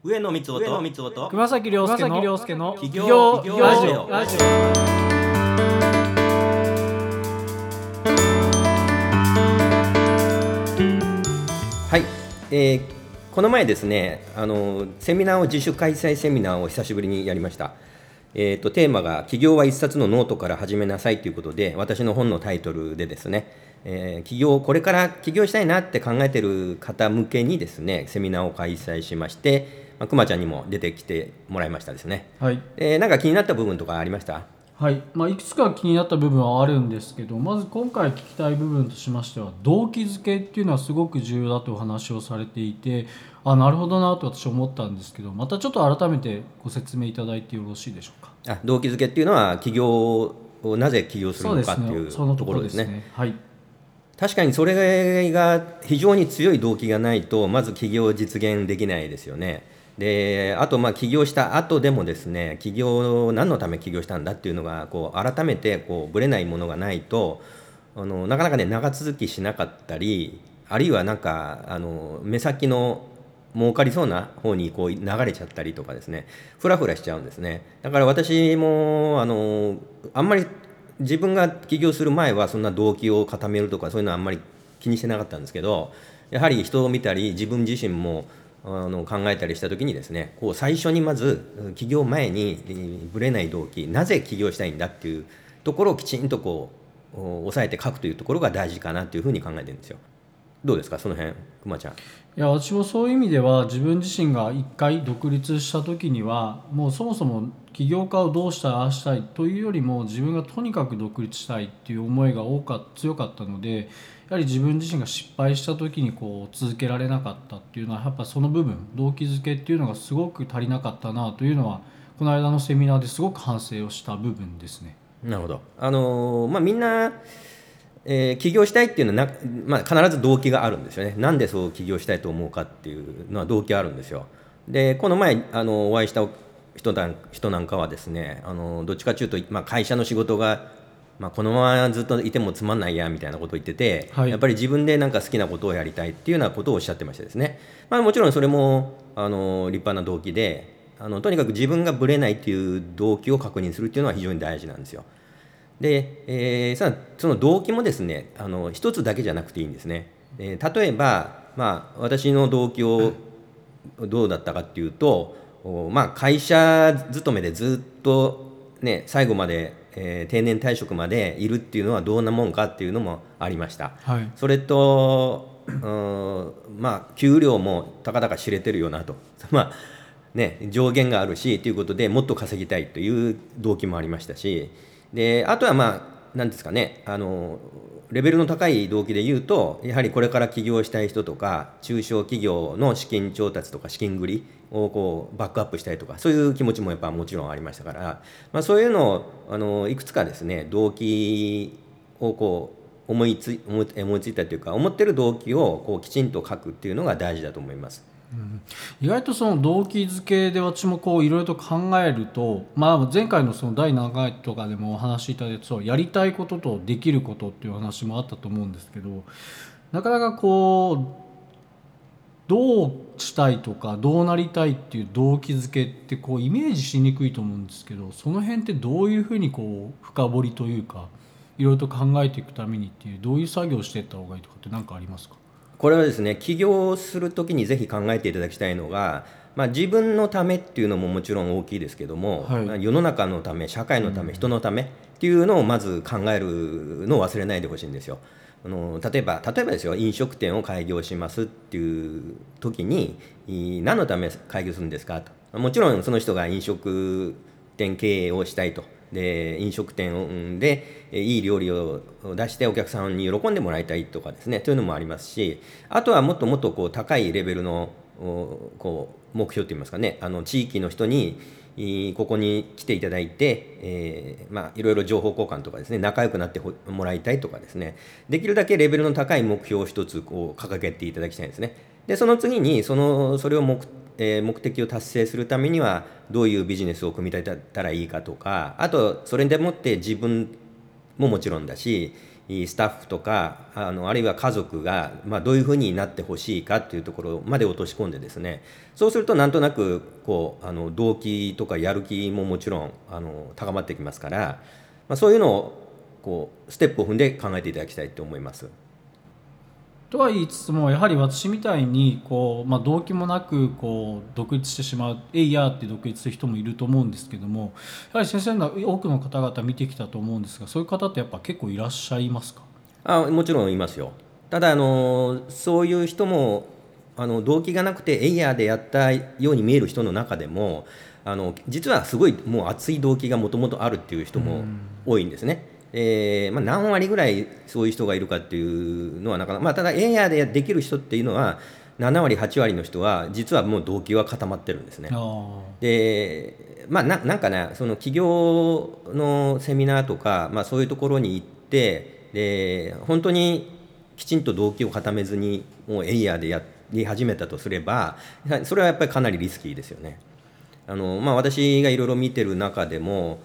上野光夫と熊崎亮介の企業ラジオ。はい、この前ですね、セミナーを自主開催セミナーを久しぶりにやりました。テーマが起業は一冊のノートから始めなさいということで、私の本のタイトルでですね、これから起業したいなって考えている方向けにですね、セミナーを開催しまして、くまちゃんにも出てきてもらいましたですね。 はい、 なんか気になった部分とかありました？ はい、いくつか気になった部分はあるんですけど、まず今回聞きたい部分としましては、動機づけっていうのはすごく重要だとお話をされていて、なるほどなと私は思ったんですけど、またちょっと改めてご説明いただいてよろしいでしょうか。 動機づけっていうのは起業をなぜ起業するのかっていうそのところですね。 はい、 確かにそれが非常に強い動機がないとまず起業を実現できないですよね。であと起業した後でもですね、何のため起業したんだっていうのが改めてぶれないものがないとなかなかね長続きしなかったり、あるいは目先の儲かりそうな方に流れちゃったりとかですね、フラフラしちゃうんですね。だから私もあんまり自分が起業する前はそんな動機を固めるとかそういうのはあんまり気にしてなかったんですけど、やはり人を見たり自分自身も考えたりした時にですね、最初にまず起業前にぶれない動機、なぜ起業したいんだっていうところをきちんと押さえて書くというところが大事かなというふうに考えてるんですよ。どうですか、その辺、くまちゃん。 いや、私もそういう意味では自分自身が一回独立した時にはもうそもそも起業家をどうしたいああしたいというよりも、自分がとにかく独立したいっていう思いが強かったので、やはり自分自身が失敗した時に続けられなかったっていうのは、やっぱその部分、動機づけっていうのがすごく足りなかったなというのは、この間のセミナーですごく反省をした部分ですね。 なるほど。みんな起業したいっていうのは必ず動機があるんですよね。なんでそう起業したいと思うかっていうのは動機あるんですよ。でこの前お会いした人なんかはですね、どっちかというと、会社の仕事が、このままずっといてもつまんないやみたいなことを言ってて、 はい、 やっぱり自分で好きなことをやりたいっていうようなことをおっしゃってましたですね。もちろんそれも立派な動機で、とにかく自分がぶれないっていう動機を確認するっていうのは非常に大事なんですよ。で、その動機もですね、一つだけじゃなくていいんですね。例えば、私の動機をどうだったかっていうと、会社勤めでずっと、最後まで、定年退職までいるっていうのはどんなもんかっていうのもありました。 はい、 それと給料もたかだか知れてるよなと上限があるしということでもっと稼ぎたいという動機もありましたし、であとは何ですかね、レベルの高い動機で言うと、やはりこれから起業したい人とか中小企業の資金調達とか資金繰りをバックアップしたいとか、そういう気持ちもやっぱもちろんありましたから、そういうのをいくつかですね、動機を思いついたというか、思ってる動機をきちんと書くっていうのが大事だと思います。 意外とその動機づけで私もいろいろと考えると、前回のその第7回とかでもお話しいただいたやりたいこととできることっていう話もあったと思うんですけど、なかなかどうしたいとかどうなりたいっていう動機づけってイメージしにくいと思うんですけど、その辺ってどういうふうに深掘りというかいろいろと考えていくためにっていう、どういう作業をしていった方がいいとかって何かありますか？ これはですね、起業するときにぜひ考えていただきたいのが、自分のためっていうのももちろん大きいですけども、 はい、 世の中のため、社会のため、人のためっていうのをまず考えるのを忘れないでほしいんですよ。例えばですよ、飲食店を開業しますっていう時に何のため開業するんですかと。もちろんその人が飲食店経営をしたいと。で飲食店でいい料理を出してお客さんに喜んでもらいたいとかですね、というのもありますし、あとはもっともっと高いレベルの目標といいますかね、地域の人にここに来ていただいて、いろいろ情報交換とかですね、仲良くなってもらいたいとかですね、できるだけレベルの高い目標を一つ掲げていただきたいんですね。でその次にそれを目的を達成するためにはどういうビジネスを組み立てたらいいかとか、あとそれでもって自分ももちろんだし、 スタッフとかあるいは家族が、どういうふうになってほしいかっていうところまで落とし込んでですね、そうするとなんとなく動機とかやる気ももちろん高まってきますから、そういうのをステップを踏んで考えていただきたいと思います。 とは言いつつもやはり私みたいに動機もなく独立してしまうえいやーって独立する人もいると思うんですけども、やはり先生の多くの方々見てきたと思うんですが、そういう方ってやっぱ結構いらっしゃいますか？ もちろんいますよ。ただそういう人も動機がなくてエイヤーでやったように見える人の中でも実はすごいもう熱い動機がもともとあるっていう人も多いんですね。何割ぐらいそういう人がいるかっていうのはなかなか、ただエイヤーでできる人っていうのは7割8割の人は実はもう動機は固まってるんですね。でなんかね、その企業のセミナーとか、そういうところに行ってで本当にきちんと動機を固めずにもうエイヤーでやり始めたとすれば、それはやっぱりかなりリスキーですよね。私がいろいろ見てる中でも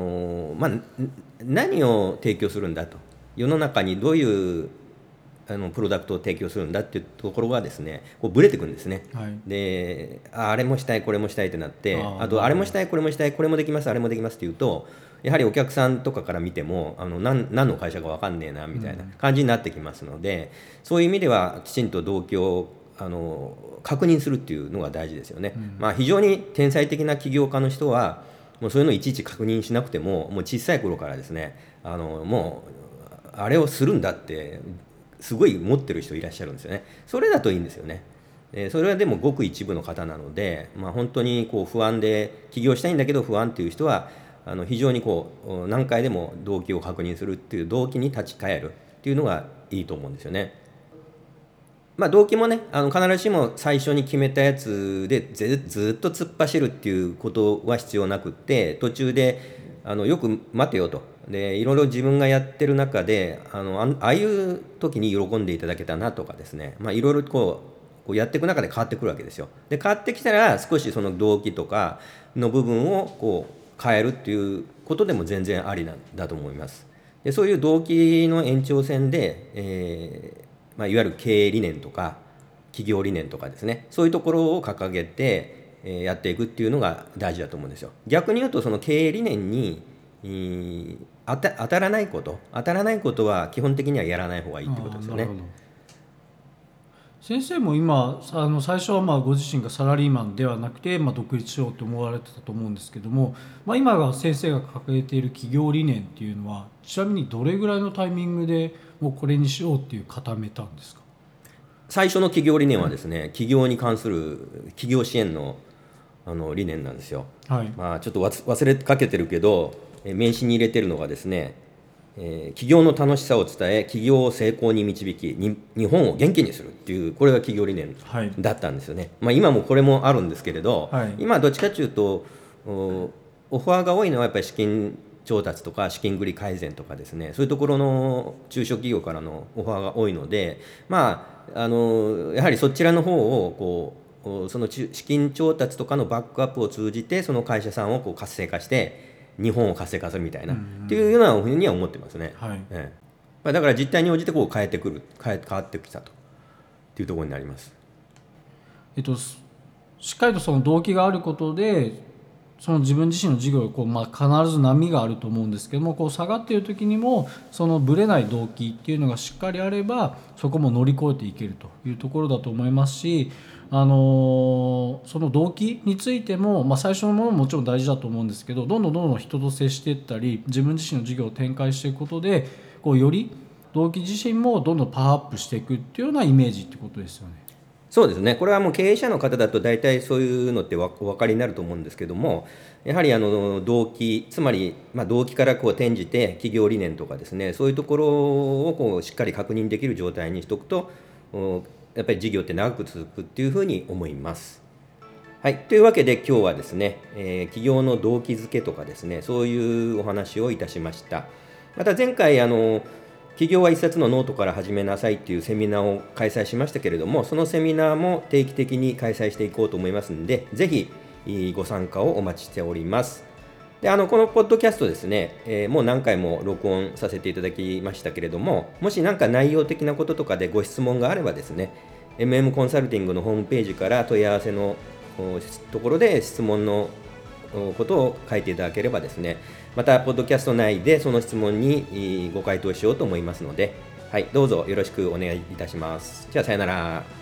何を提供するんだと、世の中にどういうプロダクトを提供するんだっていうところがですねブレてくるんですね。 はい、 であれもしたいこれもしたいってなって、 あとあれもしたいこれもしたいこれもできますあれもできますっていうと、やはりお客さんとかから見ても何の会社か分かんねえなみたいな感じになってきますので、そういう意味ではきちんと動機を確認するっていうのが大事ですよね。非常に天才的な起業家の人はもうそういうのをいちいち確認しなくてももう小さい頃からですねもうあれをするんだってすごい持ってる人いらっしゃるんですよね。それだといいんですよね。それはでもごく一部の方なので、本当に不安で起業したいんだけど不安っていう人は非常に何回でも動機を確認するっていう動機に立ち返るっていうのがいいと思うんですよね。動機もね必ずしも最初に決めたやつでずっと突っ走るっていうことは必要なくって、途中でよく待てよと、でいろいろ自分がやってる中でああいう時に喜んでいただけたなとかですね、いろいろこうやっていく中で変わってくるわけですよ。で変わってきたら少しその動機とかの部分を変えるっていうことでも全然ありなんだと思います。でそういう動機の延長線で、いわゆる経営理念とか企業理念とかですね、そういうところを掲げてやっていくっていうのが大事だと思うんですよ。逆に言うとその経営理念に当たらないことは基本的にはやらない方がいいってことですよね。 先生も今最初はご自身がサラリーマンではなくて、独立しようと思われてたと思うんですけども、今が先生が掲げている企業理念っていうのはちなみにどれぐらいのタイミングでもうこれにしようっていう固めたんですか？ 最初の企業理念はですね、企業に関する企業支援の理念なんですよ。 はい、 ちょっと忘れかけてるけど名刺に入れてるのがですね、企業の楽しさを伝え企業を成功に導き日本を元気にするっていう、これが企業理念だったんですよね。今もこれもあるんですけれど、今どっちかというとオファーが多いのはやっぱり資金調達とか資金繰り改善とかですね、そういうところの中小企業からのオファーが多いので、やはりそちらの方をその資金調達とかのバックアップを通じてその会社さんを活性化して日本を活性化するみたいな、っていうようなふうには思ってますね。だから実態に応じて変わってきたというところになります。 しっかりとその動機があることでその自分自身の事業必ず波があると思うんですけども、下がっている時にもそのぶれない動機っていうのがしっかりあればそこも乗り越えていけるというところだと思いますし、その動機についても、最初のものももちろん大事だと思うんですけど、どんどん人と接していったり自分自身の事業を展開していくことでより動機自身もどんどんパワーアップしていくっていうようなイメージってことですよね。 そうですね、これはもう経営者の方だと大体そういうのってお分かりになると思うんですけども、やはり動機、つまり動機から転じて企業理念とかですね、そういうところをしっかり確認できる状態にしておくとやっぱり事業って長く続くっていうふうに思います。はい、というわけで今日はですね、企業の動機づけとかですね、そういうお話をいたしました。また前回企業は一冊のノートから始めなさいっていうセミナーを開催しましたけれども、そのセミナーも定期的に開催していこうと思いますので、ぜひご参加をお待ちしております。 でこのポッドキャストですね、もう何回も録音させていただきましたけれども、もし何か内容的なこととかでご質問があればですね、MM コンサルティングのホームページから問い合わせのところで質問のことを書いていただければですね、またポッドキャスト内でその質問にご回答しようと思いますので、はい、どうぞよろしくお願いいたします。じゃあさよなら。